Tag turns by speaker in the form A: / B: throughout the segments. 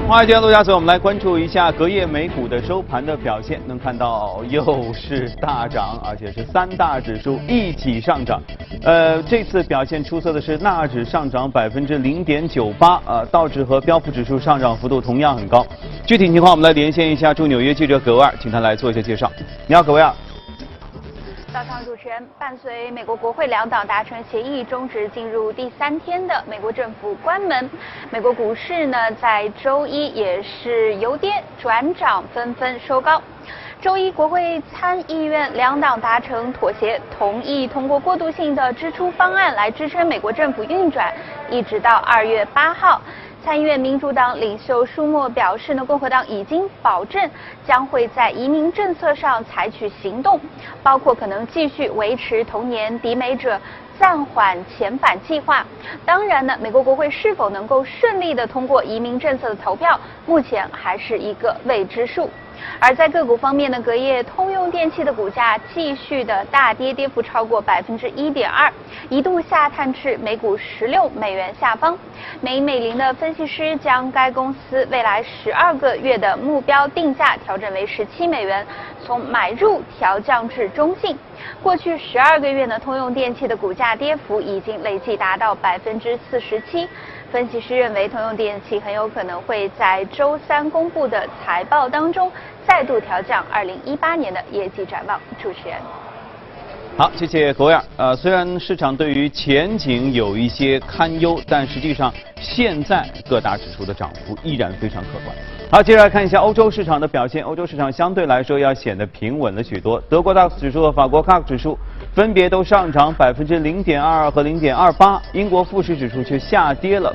A: 华尔街陆家嘴，我们来关注一下隔夜美股的收盘的表现。能看到又是大涨，而且是3大指数一起上涨。这次表现出色的是纳指上涨0.98%，道指和标普指数上涨幅度同样很高。具体情况我们来连线一下驻纽约记者葛维尔，请他来做一些介绍。你好，葛维尔。
B: 早上，主持人，伴随美国国会2党达成协议，终止进入第3天的美国政府关门，美国股市呢在周一也是由跌转涨，纷纷收高。周一，国会参议院2党达成妥协，同意通过过渡性的支出方案来支撑美国政府运转，一直到2月8号。参议院民主党领袖舒默表示呢，共和党已经保证将会在移民政策上采取行动，包括可能继续维持同年抵美者暂缓遣返计划。当然呢，美国国会是否能够顺利的通过移民政策的投票，目前还是一个未知数。而在个股方面呢，隔夜通用电气的股价继续的大跌，跌幅超过1.2%，一度下探至每股16美元下方。美林的分析师将该公司未来12个月的目标定价调整为17美元，从买入调降至中性。过去12个月呢，通用电气的股价跌幅已经累计达到47%。分析师认为，通用电气很有可能会在周3公布的财报当中再度调降2018年的业绩展望。主持人。
A: 好，谢谢葛维尔。虽然市场对于前景有一些堪忧，但实际上现在各大指数的涨幅依然非常可观。好，接着来看一下欧洲市场的表现。欧洲市场相对来说要显得平稳了许多。德国 DAX 指数和法国 CAC 指数分别都上涨0.2%和0.28%，英国富时指数却下跌了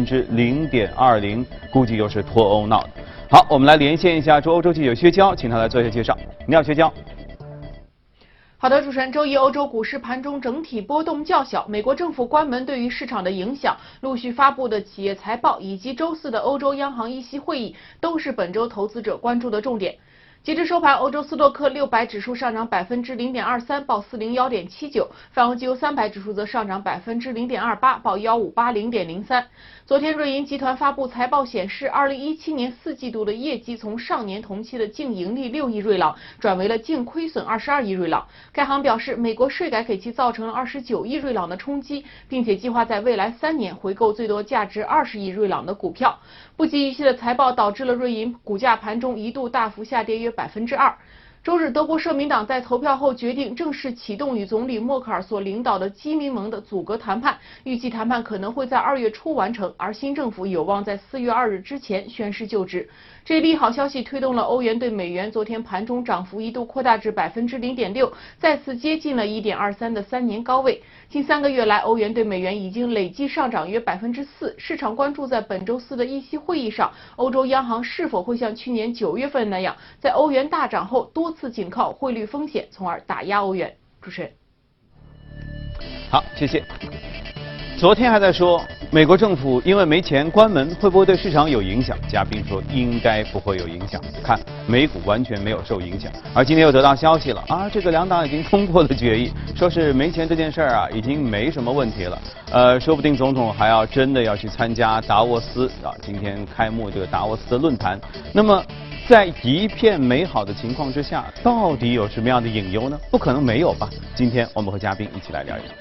A: 0.20%，估计又是脱欧闹的。好，我们来连线一下驻欧洲记者薛娇，请他来做一下介绍。你好，薛娇。
C: 好的，主持人，周一欧洲股市盘中整体波动较小，美国政府关门对于市场的影响，陆续发布的企业财报以及周4的欧洲央行议息会议都是本周投资者关注的重点。截至收盘，欧洲斯托克600指数上涨0.23%，报401.79；泛欧绩优300指数则上涨0.28%，报158.03。昨天，瑞银集团发布财报显示，2017年4季度的业绩从上年同期的净盈利6亿瑞郎转为了净亏损22亿瑞郎。该行表示，美国税改给其造成了29亿瑞郎的冲击，并且计划在未来3年回购最多价值20亿瑞郎的股票。不及预期的财报导致了瑞银股价盘中一度大幅下跌约2%。周日，德国社民党在投票后决定正式启动与总理默克尔所领导的基民盟的阻隔谈判，预计谈判可能会在2月初完成，而新政府有望在4月2日之前宣誓就职。这一利好消息推动了欧元对美元昨天盘中涨幅一度扩大至0.6%，再次接近了1.23的3年高位。近3个月来，欧元对美元已经累计上涨约4%。市场关注在本周4的议息会议上，欧洲央行是否会像去年9月份那样，在欧元大涨后多次紧靠汇率风险，从而打压欧元。主持人。
A: 好，谢谢。昨天还在说美国政府因为没钱关门，会不会对市场有影响？嘉宾说应该不会有影响，看美股完全没有受影响。而今天又得到消息了啊，这个2党已经通过了决议，说是没钱这件事儿啊已经没什么问题了。说不定总统还要真的要去参加达沃斯啊，今天开幕这个达沃斯的论坛。那么在一片美好的情况之下，到底有什么样的隐忧呢？不可能没有吧？今天我们和嘉宾一起来聊一聊。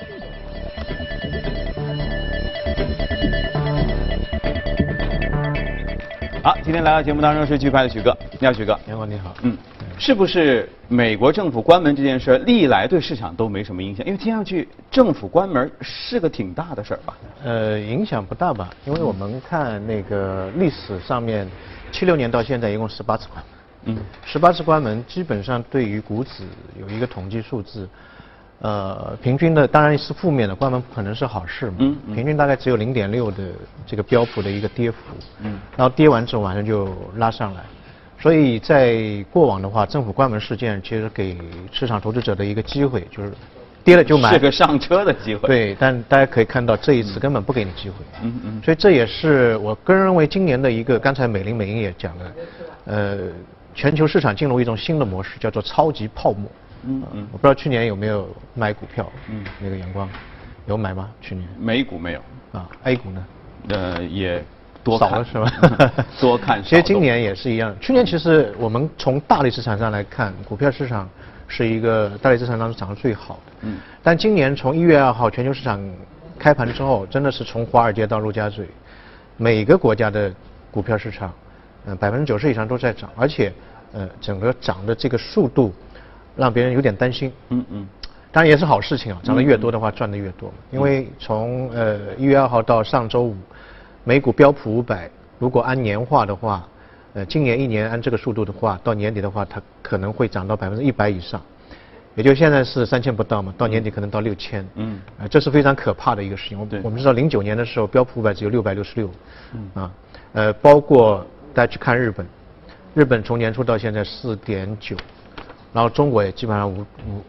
A: 好，今天来到节目当中是钜派的许哥，你好，许哥。
D: 杨光你好。
A: 是不是美国政府关门这件事历来对市场都没什么影响？因为听上去政府关门是个挺大的事儿吧？
D: 影响不大吧？因为我们看那个历史上面，76年到现在一共18次关门。18次关门基本上对于股指有一个统计数字。平均的当然是负面的，关门可能是好事嘛。平均大概只有0.6的这个标普的一个跌幅。然后跌完之后马上就拉上来，所以在过往的话，政府关门事件其实给市场投资者的一个机会，就是跌了就买，
A: 是个上车的机会。
D: 对，但大家可以看到这一次根本不给你机会。所以这也是我个人认为今年的一个，刚才美银也讲了，全球市场进入一种新的模式，叫做超级泡沫。我不知道去年有没有买股票，那个阳光有买吗？去年
A: 美股没有
D: 啊 ，A 股呢？
A: 也多看
D: 少了是吧？
A: 多看。
D: 其实今年也是一样，去年其实我们从大类资产上来看，股票市场是一个大类资产当中涨得最好的。但今年从1月2号全球市场开盘之后，真的是从华尔街到陆家嘴，每个国家的股票市场，90%以上都在涨，而且整个涨的这个速度让别人有点担心。当然也是好事情啊，涨得越多的话赚得越多。因为从1月2号到上周五，美股标普500如果按年化的话，今年1年按这个速度的话，到年底的话它可能会涨到100%以上，也就现在是3000不到嘛，到年底可能到6000。这是非常可怕的一个事情。我们知道09年的时候标普500只有666。包括大家去看日本，日本从年初到现在4.9。然后中国也基本上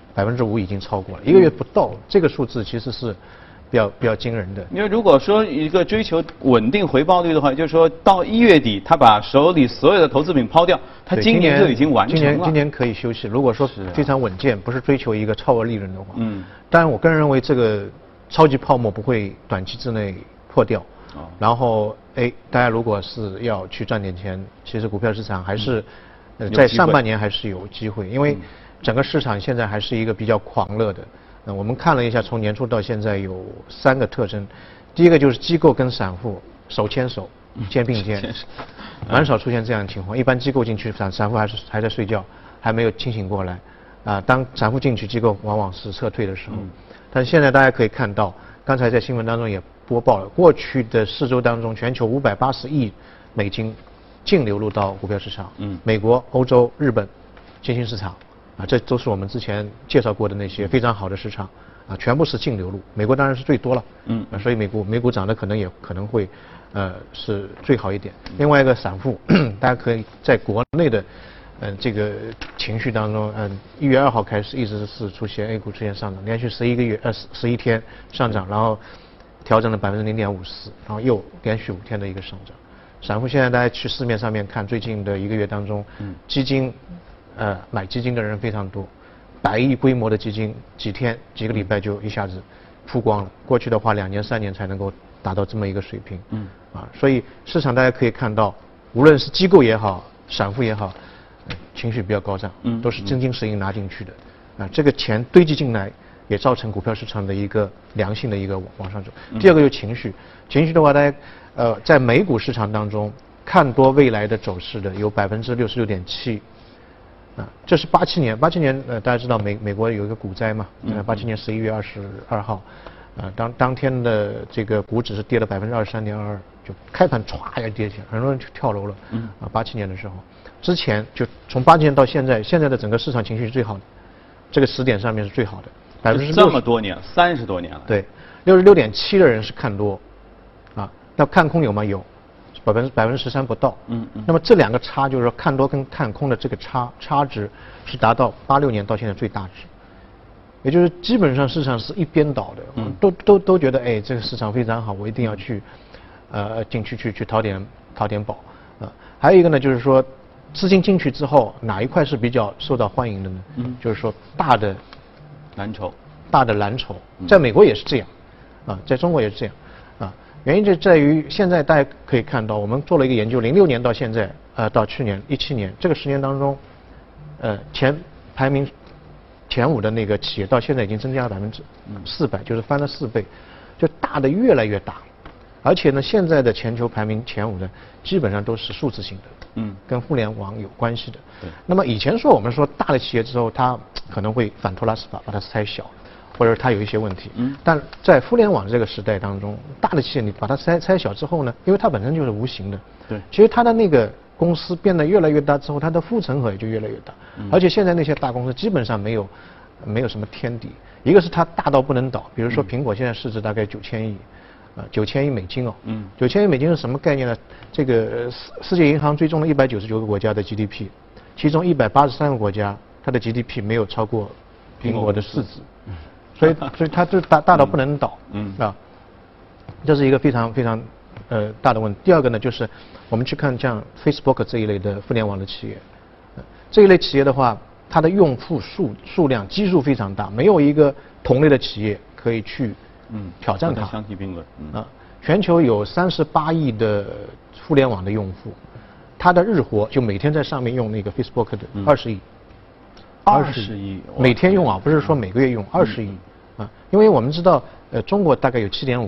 D: 5%已经超过了，1个月不到，这个数字其实是比较惊人的。
A: 因为如果说一个追求稳定回报率的话，就是说到1月底，他把手里所有的投资品抛掉，他今年就已经完成了。
D: 今年可以休息。如果说非常稳健，不是追求一个超额利润的话，当然我个人认为这个超级泡沫不会短期之内破掉。然后大家如果是要去赚点钱，其实股票市场还是。在上半年还是有机会，因为整个市场现在还是一个比较狂热的。我们看了一下，从年初到现在有3个特征。第一个就是机构跟散户手牵手、肩并肩，蛮少出现这样的情况。一般机构进去，散户还在睡觉，还没有清醒过来。当散户进去，机构往往是撤退的时候。但是现在大家可以看到，刚才在新闻当中也播报了，过去的4周当中，全球580亿美金。净流入到股票市场，美国、欧洲、日本新兴市场，这都是我们之前介绍过的那些非常好的市场，全部是净流入。美国当然是最多了，所以美股涨得可能会是最好一点。另外一个散户，大家可以在国内的这个情绪当中，1月2号开始一直是出现 A 股出现上涨，连续11天上涨，然后调整了0.54%，然后又连续5天的一个上涨。散户现在大家去市面上面看，最近的1个月当中，基金，买基金的人非常多，100亿规模的基金，几个礼拜就一下子曝光了。过去的话2年3年才能够达到这么一个水平。所以市场大家可以看到，无论是机构也好，散户也好，情绪比较高涨，都是真金实银拿进去的。这个钱堆积进来，也造成股票市场的一个良性的一个往上走。第二个就是情绪的话，大家。在美股市场当中，看多未来的走势的有66.7%，这是87年。87年大家知道美国有一个股灾嘛，87年11月22号，当天的这个股指是跌了23.22%，就开盘歘一跌起来，很多人就跳楼了。87年的时候，之前就从87年到现在的整个市场情绪是最好的，这个时点上面是最好的，60%
A: 这么多年，30多年了。
D: 对，66.7%的人是看多。那看空有吗？有，13%不到。那么这2个差，就是说看多跟看空的这个差值是达到86年到现在最大值，也就是基本上市场是一边倒的，都觉得这个市场非常好，我一定要去进去淘点宝还有一个呢，就是说资金进去之后，哪一块是比较受到欢迎的呢？就是说大的蓝筹，在美国也是这样，在中国也是这样。原因就在于现在大家可以看到，我们做了一个研究，06年到现在，到去年17年这个10年当中，排名前5的那个企业到现在已经增加了400%，就是翻了4倍，就大的越来越大，而且呢，现在的全球排名前5的基本上都是数字型的，跟互联网有关系的。那么以前我们说大的企业之后，它可能会反托拉斯法把它拆小。或者它有一些问题，但在互联网这个时代当中，大的企业你把它拆小之后呢，因为它本身就是无形的，其实它的那个公司变得越来越大之后，它的护城河也就越来越大，而且现在那些大公司基本上没有什么天敌，一个是它大到不能倒，比如说苹果现在市值大概9000亿，9000亿美金，9000亿美金是什么概念呢？这个世界银行追踪了199个国家的 GDP， 其中183个国家它的 GDP 没有超过苹果的市值。所以它就大到不能倒，这是一个非常大的问题。第二个呢，就是我们去看像 Facebook 这一类的互联网的企业，这一类企业的话，它的用户数量基数非常大，没有一个同类的企业可以去挑战它。
A: 相提并论。
D: 全球有38亿的互联网的用户，他的日活就每天在上面用那个 Facebook 的20亿，20亿每天用啊，不是说每个月用20亿啊，因为我们知道中国大概有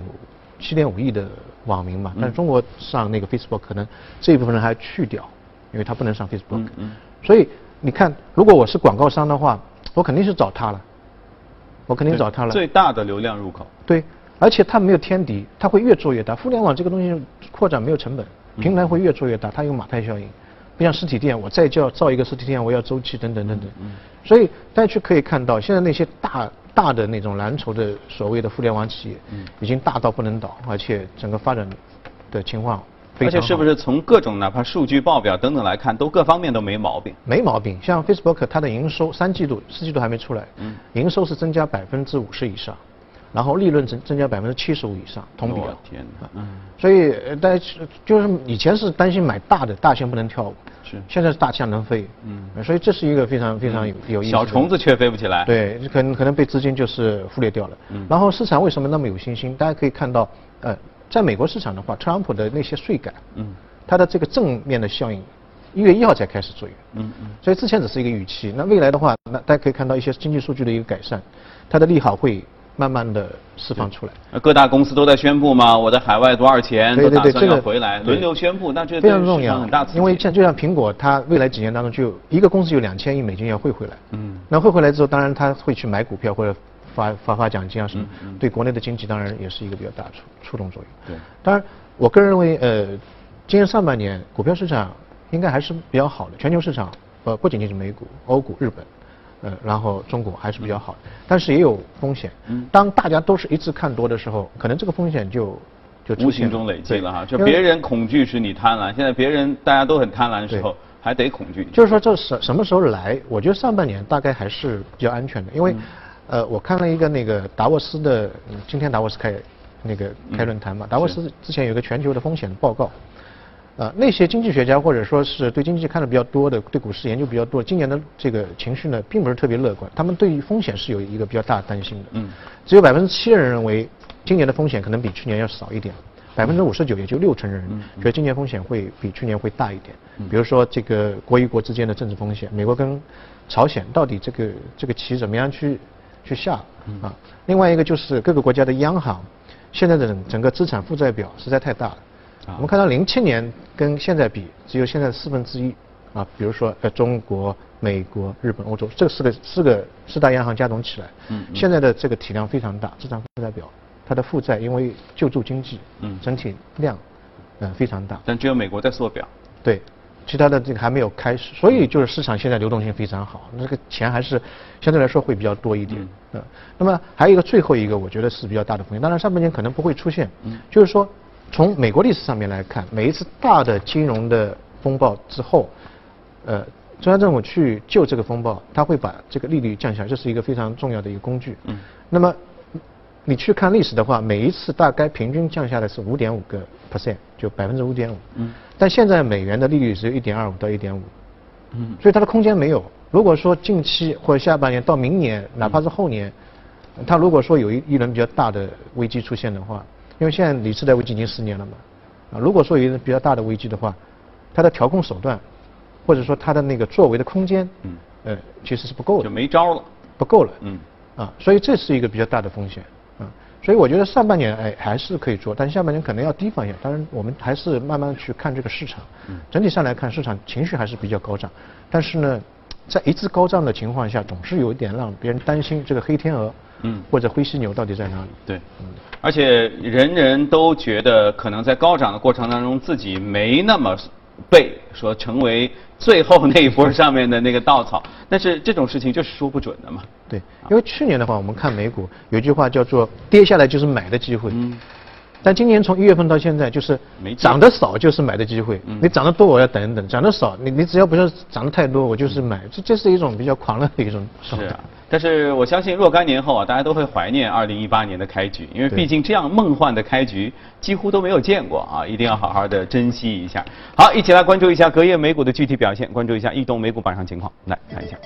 D: 7.5亿的网民嘛，但是中国上那个 Facebook 可能这一部分人还去掉，因为他不能上 Facebook，所以你看，如果我是广告商的话，我肯定是找他了，
A: 最大的流量入口。
D: 对，而且它没有天敌，它会越做越大。互联网这个东西扩展没有成本，平台会越做越大，它有马太效应，不像实体店，我再造一个实体店，我要周期等等等等。所以大家去可以看到，现在那些大的那种蓝筹的所谓的互联网企业，已经大到不能倒，而且整个发展的情况非常好。
A: 而且是不是从各种哪怕数据报表等等来看，都各方面都没毛病？
D: 没毛病，像 Facebook 它的营收4季度还没出来，营收是增加50%以上。然后利润增加75%以上，同比啊！
A: 天哪！
D: 所以大家就是以前是担心买大象不能跳舞，现在是大象能飞，所以这是一个非常有意思的。
A: 小虫子却飞不起来。
D: 对，可能被资金就是忽略掉了。然后市场为什么那么有信心？大家可以看到，在美国市场的话，特朗普的那些税改，它的这个正面的效应，1月1号才开始作用。所以之前只是一个预期，那未来的话，那大家可以看到一些经济数据的一个改善，它的利好会慢慢的释放出来。
A: 各大公司都在宣布嘛，我的海外多少钱都打算要回来，轮流宣布，那这
D: 非常重要，
A: 很大刺激。
D: 因为就像苹果，它未来几年当中就一个公司有2000亿美金要汇回来，那汇回来之后，当然它会去买股票或者发奖金啊什么，对国内的经济当然也是一个比较大的触动作用。对，当然我个人认为，今年上半年股票市场应该还是比较好的，全球市场不仅仅是美股、欧股、日本。然后中国还是比较好的，但是也有风险。当大家都是一致看多的时候，可能这个风险就
A: 无形中累积了哈。就别人恐惧时你贪婪，现在别人大家都很贪婪的时候，还得恐惧。
D: 就是说这什么时候来？我觉得上半年大概还是比较安全的，因为我看了一个那个达沃斯的，今天达沃斯开论坛嘛，达沃斯之前有一个全球的风险报告。那些经济学家或者说是对经济看得比较多的，对股市研究比较多，今年的这个情绪呢，并不是特别乐观。他们对于风险是有一个比较大的担心的。只有7%的人认为今年的风险可能比去年要少一点，59%也就60%人觉得今年风险会比去年会大一点。比如说这个国与国之间的政治风险，美国跟朝鲜到底这个棋怎么样去下啊？另外一个就是各个国家的央行现在的整个资产负债表实在太大了。我们看到07年跟现在比，只有现在的1/4啊。比如说中国、美国、日本、欧洲这四大央行加总起来，现在的这个体量非常大，资产负债表，它的负债因为救助经济，整体量非常大。
A: 但只有美国在缩表。
D: 对，其他的这个还没有开始，所以就是市场现在流动性非常好，那个钱还是相对来说会比较多一点。那么还有最后一个，我觉得是比较大的风险，当然上半年可能不会出现，就是说。从美国历史上面来看，每一次大的金融的风暴之后，中央政府去救这个风暴，它会把这个利率降下来，这是一个非常重要的一个工具。那么你去看历史的话，每一次大概平均降下来是5.5%，就5.5%。但现在美元的利率只有1.25到1.5，所以它的空间没有。如果说近期或者下半年到明年，哪怕是后年，它如果说有一轮比较大的危机出现的话。因为现在李次贷危机已经10年了嘛，如果说有一个比较大的危机的话，它的调控手段，或者说它的那个作为的空间，其实是不够的，
A: 就没招了，
D: 不够了，所以这是一个比较大的风险，所以我觉得上半年还是可以做，但下半年可能要提防一下。当然，我们还是慢慢去看这个市场，整体上来看，市场情绪还是比较高涨，但是呢，在一致高涨的情况下，总是有一点让别人担心这个黑天鹅，或者灰犀牛到底在哪里？
A: 对，而且人人都觉得可能在高涨的过程当中，自己没那么被说成为最后那一波上面的那个稻草，但是这种事情就是说不准的嘛。
D: 对，因为去年的话，我们看美股有一句话叫做“跌下来就是买的机会”。但今年从1月份到现在，就是涨得少就是买的机会，你涨得多我要等一等，涨得少你只要不是涨得太多，我就是买，这是一种比较狂热的一种手段。
A: 但是我相信若干年后啊，大家都会怀念2018年的开局，因为毕竟这样梦幻的开局几乎都没有见过啊，一定要好好的珍惜一下。好，一起来关注一下隔夜美股的具体表现，关注一下异动美股榜上情况，来看一下。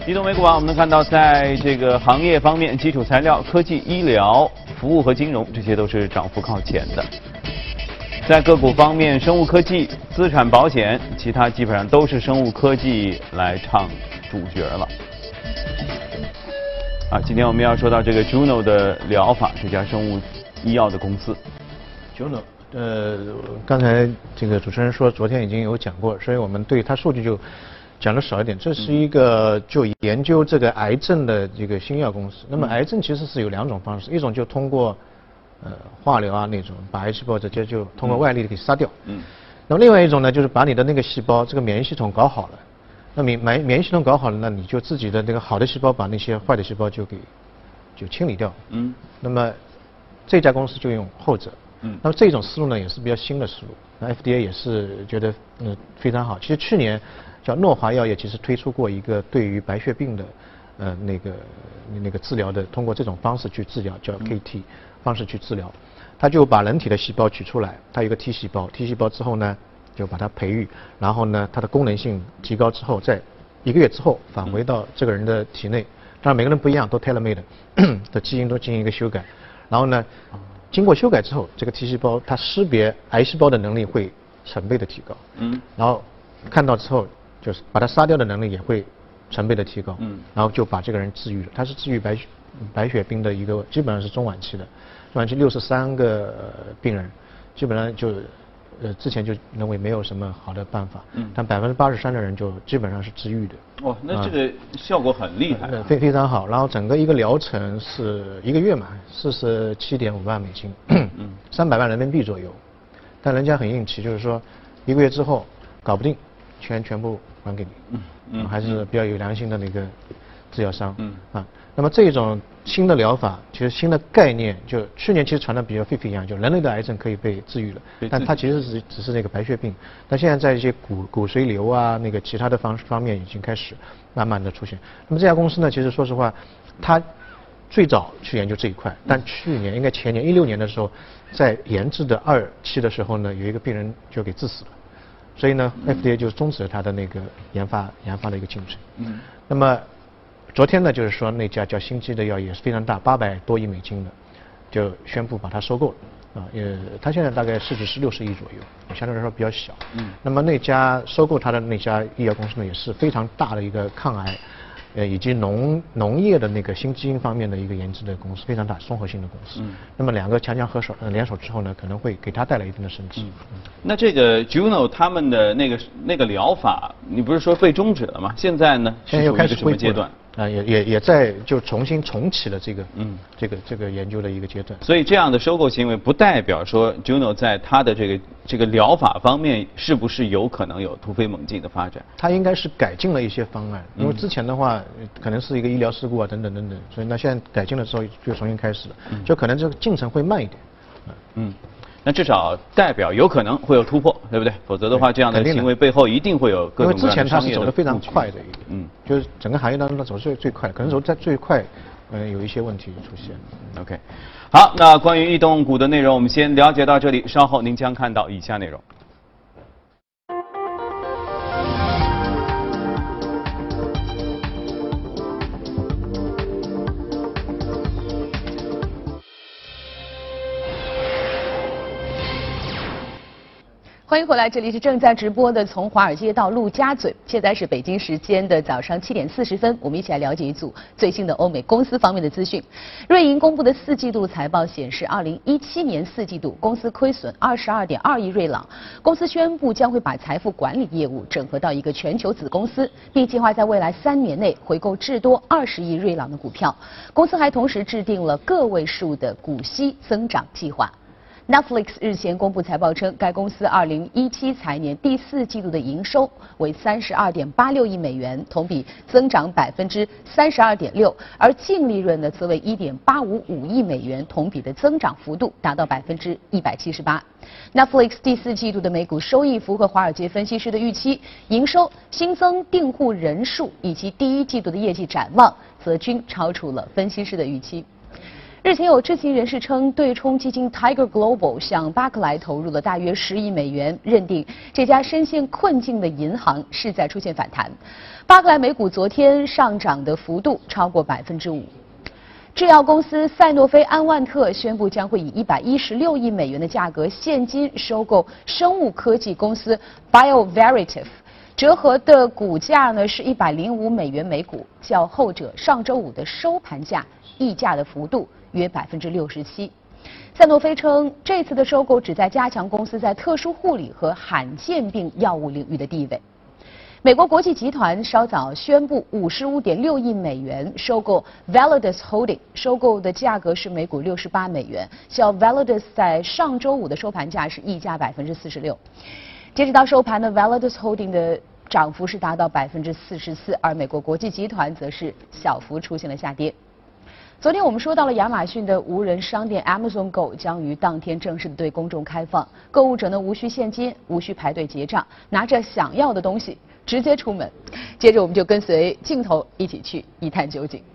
A: 移动美股我们能看到，在这个行业方面，基础材料、科技、医疗、服务和金融，这些都是涨幅靠前的。在个股方面，生物科技、资产保险，其他基本上都是生物科技来唱主角了。今天我们要说到这个 Juno 的疗法这家生物医药的公司。
D: Juno，刚才这个主持人说昨天已经有讲过，所以我们对它数据就讲的少一点。这是一个就研究这个癌症的这个新药公司。那么癌症其实是有两种方式，一种就通过化疗那种把癌细胞直接就通过外力给杀掉。那么另外一种呢，就是把你的那个细胞这个免疫系统搞好了。那免疫系统搞好了，那你就自己的那个好的细胞把那些坏的细胞就清理掉。那么这家公司就用后者。那么这种思路呢也是比较新的思路。那 FDA 也是觉得非常好。其实去年叫诺华药业其实推出过一个对于白血病的那个治疗的，通过这种方式去治疗，叫 KT 方式去治疗。他就把人体的细胞取出来，它有一个 T 细胞，T 细胞之后呢就把它培育，然后呢它的功能性提高之后，在1个月之后返回到这个人的体内。当然每个人不一样，都 tailor-made 的基因都进行一个修改，然后呢经过修改之后，这个 T 细胞它识别癌细胞的能力会成倍的提高。然后看到之后，就是把它杀掉的能力也会成倍的提高。然后就把这个人治愈了。他是治愈白血病的一个，基本上是中晚期的，中晚期63个病人，基本上就之前就认为没有什么好的办法。但83%的人就基本上是治愈的。
A: 哇，那这个效果很厉害。
D: 非常好。然后整个一个疗程是1个月嘛，47.5万美金，300万人民币左右。但人家很硬气，就是说1个月之后搞不定，全部还给你。还是比较有良心的那个制药商。那么这种新的疗法，其实新的概念，就去年其实传的比较沸沸扬扬，就人类的癌症可以被治愈了，但它其实只是那个白血病。但现在在一些骨髓瘤那个其他的方面已经开始慢慢的出现。那么这家公司呢，其实说实话，它最早去研究这一块，但去年应该前年16年的时候，在研制的2期的时候呢，有一个病人就给治死了，所以呢 FDA 就终止了它的那个研发的一个进程。那么昨天呢，就是说那家叫新基的药业是非常大，800多亿美金的，就宣布把它收购了。它现在大概市值是60亿左右，相对来说比较小。那么那家收购它的那家医药公司呢，也是非常大的一个抗癌，以及农业的那个新基因方面的一个研制的公司，非常大综合性的公司。那么两个强合手联手之后呢，可能会给它带来一定的升级。
A: 那这个 Juno 他们的那个疗法，你不是说被终止了吗？现在呢？
D: 现在又开始
A: 什么阶段？
D: 也在就重启了这个研究的一个阶段。
A: 所以这样的收购行为不代表说 Juno 在它的这个疗法方面是不是有可能有突飞猛进的发展？
D: 它应该是改进了一些方案，因为之前的话可能是一个医疗事故等等，所以那现在改进了之后就重新开始了，就可能这个进程会慢一点。
A: 那至少代表有可能会有突破，对不对？否则的话，这样的行为背后一定会有各种各样的商业的。
D: 因为之前它是走得非常快的一个，就是整个行业当中走最快，可能走在最快，有一些问题出现。
A: OK， 好，那关于异动股的内容，我们先了解到这里，稍后您将看到以下内容。
E: 欢迎回来，这里是正在直播的从华尔街到陆家嘴，现在是北京时间的早上7点40分，我们一起来了解一组最新的欧美公司方面的资讯。瑞银公布的4季度财报显示，2017年4季度公司亏损22.2亿瑞郎，公司宣布将会把财富管理业务整合到一个全球子公司，并计划在未来3年内回购至多20亿瑞郎的股票。公司还同时制定了个位数的股息增长计划。Netflix 日前公布财报称，该公司2017财年第4季度的营收为32.86亿美元，同比增长32.6%，而净利润呢则为1.855亿美元，同比的增长幅度达到178%。Netflix 第4季度的每股收益符合华尔街分析师的预期，营收、新增订户人数以及第1季度的业绩展望则均超出了分析师的预期。 日前有知情人士称，对冲基金 Tiger Global 向巴克莱投入了大约10亿美元，认定这家深陷困境的银行是在出现反弹。巴克莱美股昨天上涨的幅度超过5%。制药公司赛诺菲安万特宣布将会以116亿美元的价格现金收购生物科技公司 BioVerativ。折合的股价呢是105美元每股，较后者上周五的收盘价溢价的幅度约67%。赛诺菲称，这次的收购旨在加强公司在特殊护理和罕见病药物领域的地位。美国国际集团稍早宣布55.6亿美元收购 Validus Holding， 收购的价格是每股68美元，较 Validus 在上周五的收盘价是溢价46%。截止到收盘的 Validus Holding 的涨幅是达到44%，而美国国际集团则是小幅出现了下跌。昨天我们说到了亚马逊的无人商店 Amazon Go 将于当天正式的对公众开放，购物者呢无需现金，无需排队结账，拿着想要的东西直接出门。接着我们就跟随镜头一起去一探究竟。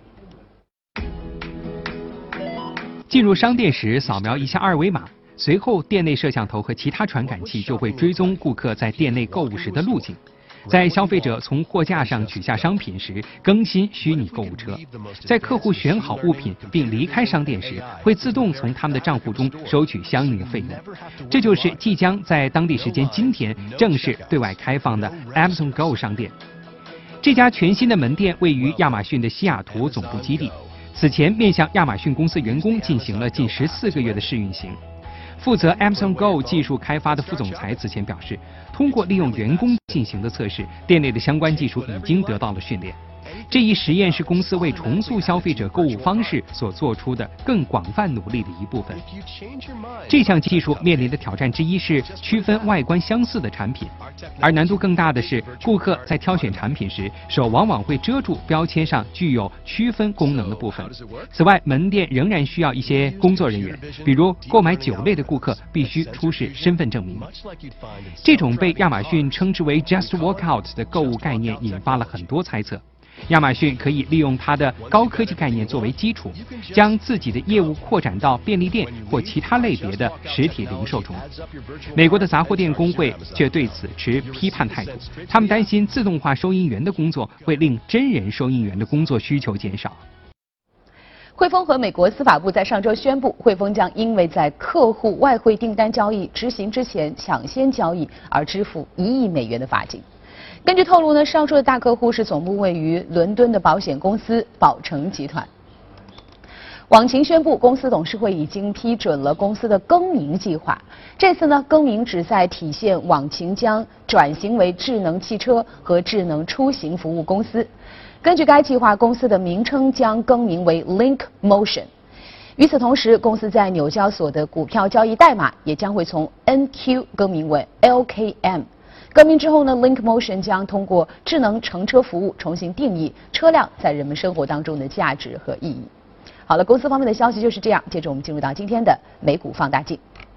F: 进入商店时扫描一下二维码，随后店内摄像头和其他传感器就会追踪顾客在店内购物时的路径。在消费者从货架上取下商品时，更新虚拟购物车；在客户选好物品并离开商店时，会自动从他们的账户中收取相应的费用。这就是即将在当地时间今天正式对外开放的 Amazon Go 商店。这家全新的门店位于亚马逊的西雅图总部基地，此前面向亚马逊公司员工进行了近14个月的试运行。负责 Amazon Go 技术开发的副总裁此前表示，通过利用员工进行的测试，店内的相关技术已经得到了训练。这一实验是公司为重塑消费者购物方式所做出的更广泛努力的一部分。这项技术面临的挑战之一是区分外观相似的产品，而难度更大的是，顾客在挑选产品时，手往往会遮住标签上具有区分功能的部分。此外，门店仍然需要一些工作人员，比如购买酒类的顾客必须出示身份证明。这种被亚马逊称之为 Just Walk Out 的购物概念引发了很多猜测。亚马逊可以利用它的高科技概念作为基础，将自己的业务扩展到便利店或其他类别的实体零售中。美国的杂货店工会却对此持批判态度，他们担心自动化收银员的工作会令真人收银员的工作需求减少。
E: 汇丰和美国司法部在上周宣布，汇丰将因为在客户外汇订单交易执行之前抢先交易而支付1亿美元的罚金。根据透露呢，上述的大客户是总部位于伦敦的保险公司保诚集团。网秦宣布，公司董事会已经批准了公司的更名计划。这次呢，更名旨在体现网秦将转型为智能汽车和智能出行服务公司。根据该计划，公司的名称将更名为 Link Motion。与此同时，公司在纽交所的股票交易代码也将会从 NQ 更名为 LKM。更名之后呢 ，Link Motion 将通过智能乘车服务重新定义车辆在人们生活当中的价值和意义。好了，公司方面的消息就是这样。接着我们进入到今天的美股放大镜。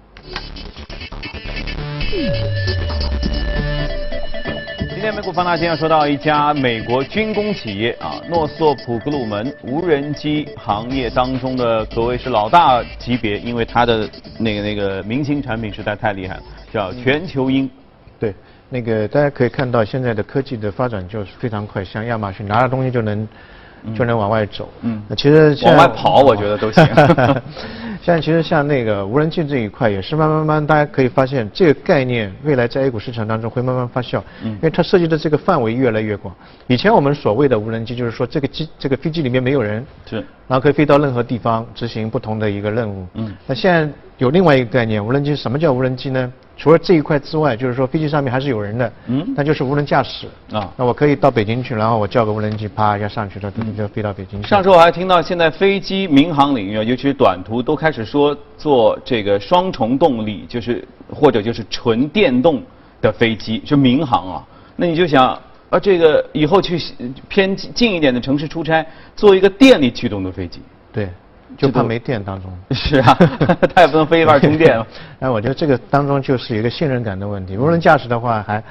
A: 今天美股放大镜要说到一家美国军工企业啊，诺索普格鲁门无人机行业当中的可谓是老大级别，因为它的那个明星产品实在太厉害了，叫全球鹰。
D: 对，那个大家可以看到现在的科技的发展就是非常快，像亚马逊拿着东西就能往外走。那其实
A: 往外跑我觉得都行。
D: 现在其实像那个无人机这一块也是慢慢大家可以发现这个概念未来在 A 股市场当中会慢慢发酵，因为它涉及的这个范围越来越广。以前我们所谓的无人机就是说这个飞机里面没有人，是，然后可以飞到任何地方执行不同的一个任务。那现在有另外一个概念，无人机什么叫无人机呢？除了这一块之外，就是说飞机上面还是有人的，那就是无人驾驶啊。那我可以到北京去，然后我叫个无人机，啪一下上去了，就飞到北京去。
A: 上周我还听到，现在飞机民航领域啊，尤其是短途，都开始说做这个双重动力，或者就是纯电动的飞机，就民航啊。那你就想，这个以后去偏近一点的城市出差，做一个电力驱动的飞机，
D: 对。就怕没电当中。
A: 是啊，它也不能飞一半充电了。
D: 我觉得这个当中就是有一个信任感的问题。无人驾驶的话，还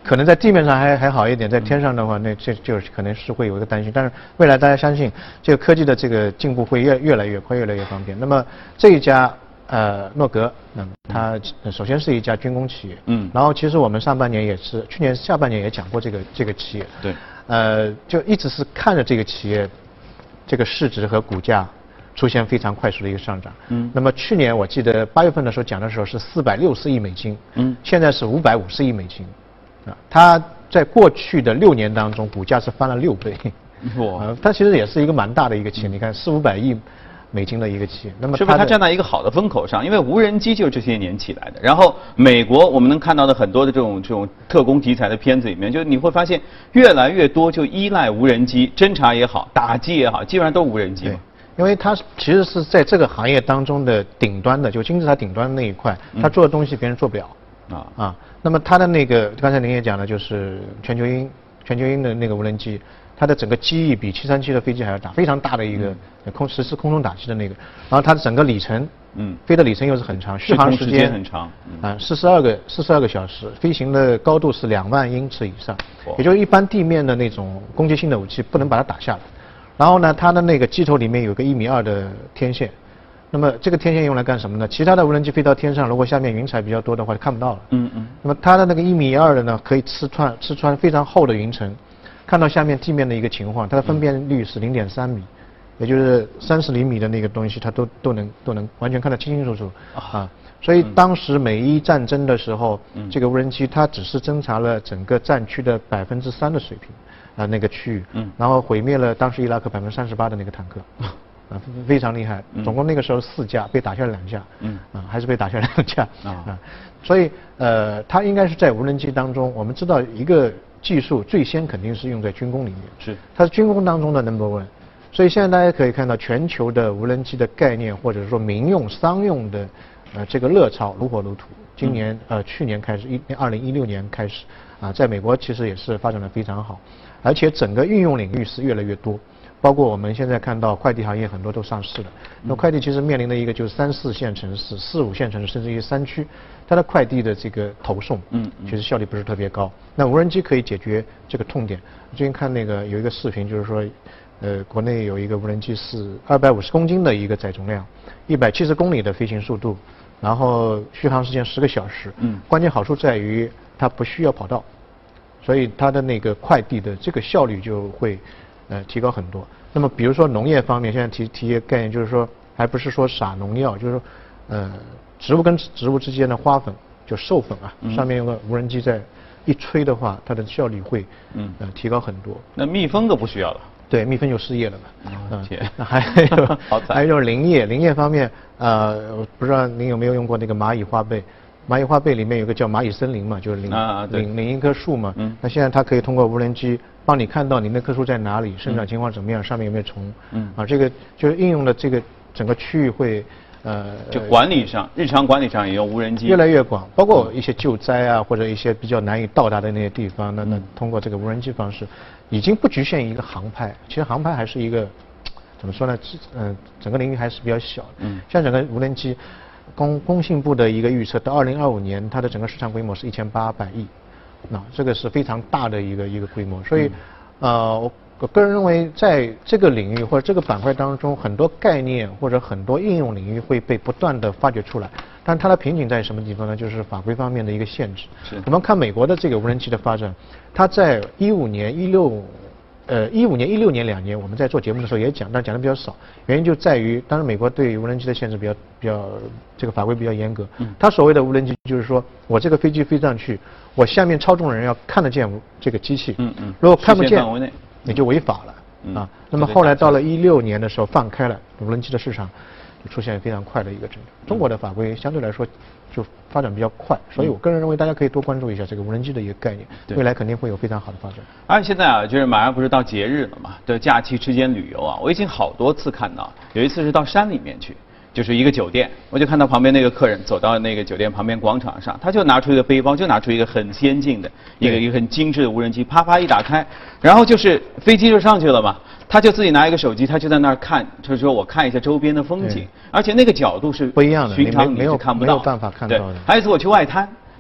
D: 可能在地面上还好一点，在天上的话，那这就是可能是会有一个担心。但是未来大家相信，这个科技的这个进步会越来越快，越来越方便。那么这一家诺格，它首先是一家军工企业，然后其实我们上半年也是，去年下半年也讲过这个企业，
A: 对，
D: 就一直是看着这个企业这个市值和股价出现非常快速的一个上涨。那么去年我记得8月份的时候讲的时候是460亿美金，现在是550亿美金。它在过去的6年当中，股价是翻了6倍。哇！它其实也是一个蛮大的一个企业，你看400-500亿美金的一个企业。那么
A: 是不是它站在一个好的风口上？因为无人机就是这些年起来的。然后美国我们能看到的很多的这种特工题材的片子里面，就你会发现越来越多就依赖无人机，侦察也好，打击也好，基本上都无人机嘛。
D: 因为它其实是在这个行业当中的顶端的，就金字塔顶端的那一块，它做的东西别人做不了。那么它的那个刚才您也讲了，就是全球鹰的那个无人机，它的整个机翼比737的飞机还要大，非常大的一个实施空中打击的那个，然后它的整个里程，飞的里程又是很长，续航时间
A: 很长
D: ，42个小时，飞行的高度是2万英尺以上，也就是一般地面的那种攻击性的武器不能把它打下来。然后呢，它的那个机头里面有个1.2米的天线。那么这个天线用来干什么呢？其他的无人机飞到天上，如果下面云彩比较多的话，就看不到了。那么它的那个1.2米的呢，可以吃穿非常厚的云层，看到下面地面的一个情况。它的分辨率是0.3米，也就是30厘米的那个东西，它都能完全看得清清楚楚啊。所以当时美伊战争的时候，这个无人机它只是侦察了整个战区的3%的水平那个区域，然后毁灭了当时伊拉克38%的那个坦克。非常厉害，总共那个时候4架被打下来2架，还是被打下来2架所以它应该是在无人机当中，我们知道一个技术最先肯定是用在军工里面，它是军工当中的 No.1，所以现在大家可以看到全球的无人机的概念或者说民用商用的这个热潮如火如荼，去年开始2016年开始在美国其实也是发展的非常好，而且整个应用领域是越来越多。包括我们现在看到快递行业很多都上市了，那快递其实面临的一个就是3、4线城市、4、5线城市，甚至于山区，它的快递的这个投送，其实效率不是特别高。那无人机可以解决这个痛点。最近看那个有一个视频，就是说，国内有一个无人机是250公斤的一个载重量，170公里的飞行速度，然后续航时间10个小时。关键好处在于它不需要跑道，所以它的那个快递的这个效率就会提高很多。那么比如说农业方面，现在提一个概念，就是说还不是说撒农药，就是说植物跟植物之间的花粉就授粉上面用个无人机在一吹的话，它的效率会提高很多。
A: 那蜜蜂都不需要了。
D: 对，蜜蜂就失业了嘛。那还有就是林业方面，我不知道您有没有用过那个蚂蚁花呗。蚂蚁花呗里面有个叫蚂蚁森林嘛，就是领一棵树嘛。那现在它可以通过无人机帮你看到你那棵树在哪里，生长情况怎么样，上面有没有虫。这个就是应用的这个整个区域会
A: 就管理上，日常管理上也用无人机
D: 越来越广，包括一些救灾或者一些比较难以到达的那些地方，那通过这个无人机方式，已经不局限于一个航拍，其实航拍还是一个怎么说呢？整个领域还是比较小的。像整个无人机。工信部的一个预测，到2025年，它的整个市场规模是1800亿，那这个是非常大的一个规模。所以，我个人认为，在这个领域或者这个板块当中，很多概念或者很多应用领域会被不断的发掘出来。但它的瓶颈在什么地方呢？就是法规方面的一个限制。我们看美国的这个无人机的发展，它在15年、16年2年，我们在做节目的时候也讲，但讲的比较少。原因就在于，当然美国对于无人机的限制比较这个法规比较严格。它所谓的无人机就是说我这个飞机飞上去，我下面操纵人要看得见这个机器。如果看不见，你就违法了。那么后来到了16年的时候放开了，无人机的市场就出现非常快的一个增长。中国的法规相对来说就发展比较快，所以我个人认为大家可以多关注一下这个无人机的一个概念，未来肯定会有非常好的发展。
A: 而且现在就是马上不是到节日了嘛，的假期之间旅游我已经好多次看到，有一次是到山里面去，就是一个酒店，我就看到旁边那个客人走到那个酒店旁边广场上，他就拿出一个背包，就拿出一个很先进的一个很精致的无人机，啪啪一打开，然后就是飞机就上去了嘛。他就自己拿一个手机，他就在那儿看，就是说我看一下周边的风景，而且那个角度是
D: 不一样的，
A: 寻常你是看不到，
D: 没有办法看到的。
A: 还有一次我去外滩，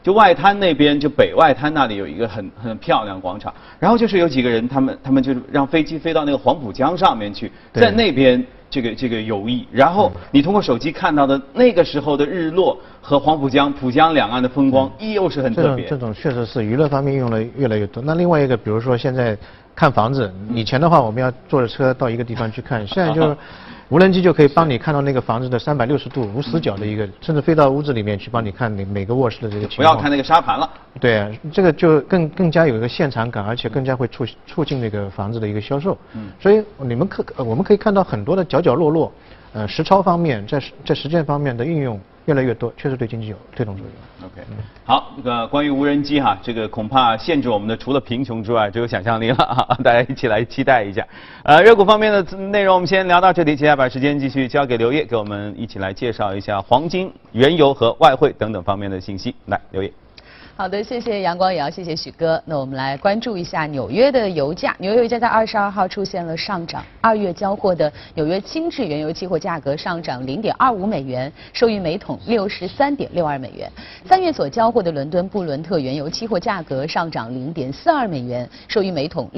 A: 就外滩那边，就北外滩那里有一个很漂亮广场，然后就是有几个人，他们就是让飞机飞到那个黄浦江上面去，在那边这个游弋，然后你通过手机看到的那个时候的日落和黄浦江两岸的风光，又是很特别。
D: 这种确实是娱乐方面用的越来越多。那另外一个，比如说现在看房子，以前的话我们要坐着车到一个地方去看，现在就是无人机就可以帮你看到那个房子的360度无死角的一个，甚至飞到屋子里面去帮你看每个卧室的这个情况。
A: 不要看那个沙盘了。
D: 对，这个就更加有一个现场感，而且更加会促进这个房子的一个销售。所以我们可以看到很多的角角落落，实操方面在实践方面的应用越来越多，确实对经济有推动作用。
A: OK， 好，这个关于无人机哈，这个恐怕限制我们的除了贫穷之外，只有想象力了啊！大家一起来期待一下。热股方面的内容我们先聊到这里，接下来把时间继续交给刘烨，给我们一起来介绍一下黄金、原油和外汇等等方面的信息。来，刘烨。
E: 好的，谢谢杨光，也要谢谢许哥。那我们来关注一下纽约的油价。纽约油价在22号出现了上涨，2月交货的纽约轻质原油期货价格上涨0.25美元，收于每桶63.62美元。3月所交货的伦敦布伦特原油期货价格上涨0.42美元，收于每桶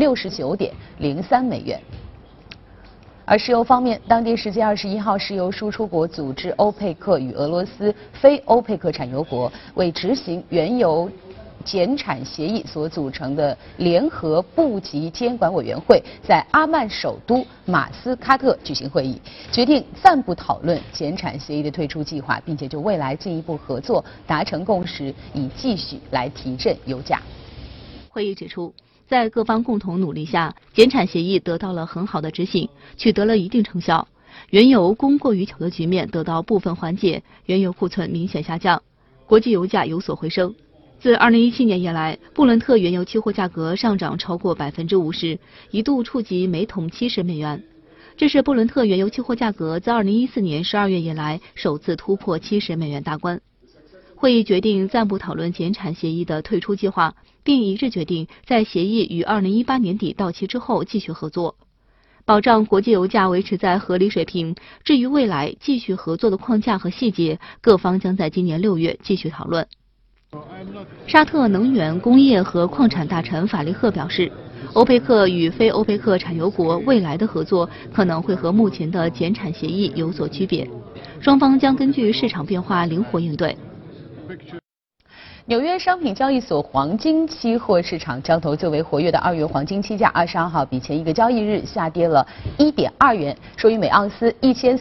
E: 69.03美元。而石油方面，当地时间21号，石油输出国组织欧佩克与俄罗斯非欧佩克产油国为执行原油减产协议所组成的联合部级监管委员会在阿曼首都马斯喀特举行会议，决定暂不讨论减产协议的退出计划，并且就未来进一步合作达成共识，以继续来提振油价。
G: 会议指出，在各方共同努力下，减产协议得到了很好的执行，取得了一定成效，原油供过于求的局面得到部分缓解，原油库存明显下降，国际油价有所回升。自2017年以来，布伦特原油期货价格上涨超过50%，一度触及每桶70美元。这是布伦特原油期货价格自2014年12月以来首次突破70美元大关。会议决定暂不讨论减产协议的退出计划，并一致决定在协议于2018年底到期之后继续合作，保障国际油价维持在合理水平。至于未来继续合作的框架和细节，各方将在今年6月继续讨论。沙特能源、工业和矿产大臣法利赫表示，欧佩克与非欧佩克产油国未来的合作可能会和目前的减产协议有所区别，双方将根据市场变化灵活应对。
E: 纽约商品交易所黄金期货市场交投最为活跃的2月黄金期价22号比前一个交易日下跌了1.2元，收于每盎司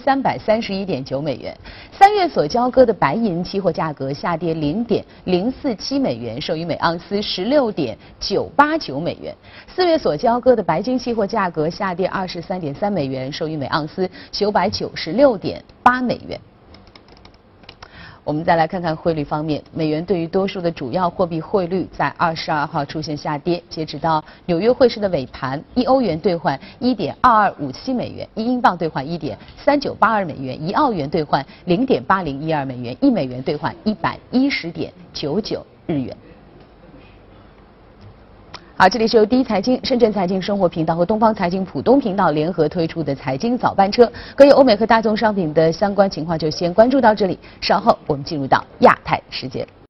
E: 1331.9美元。3月所交割的白银期货价格下跌0.047美元，收于每盎司16.989美元。4月所交割的白金期货价格下跌23.3美元，收于每盎司996.8美元。我们再来看看汇率方面，美元对于多数的主要货币汇率在22号出现下跌，截止到纽约汇市的尾盘，1欧元兑换1.2257美元，1英镑兑换1.3982美元，1澳元兑换0.8012美元，1美元兑换110.99日元。好，这里是由第一财经、深圳财经生活频道和东方财经浦东频道联合推出的财经早班车。关于欧美和大宗商品的相关情况，就先关注到这里。稍后我们进入到亚太时间。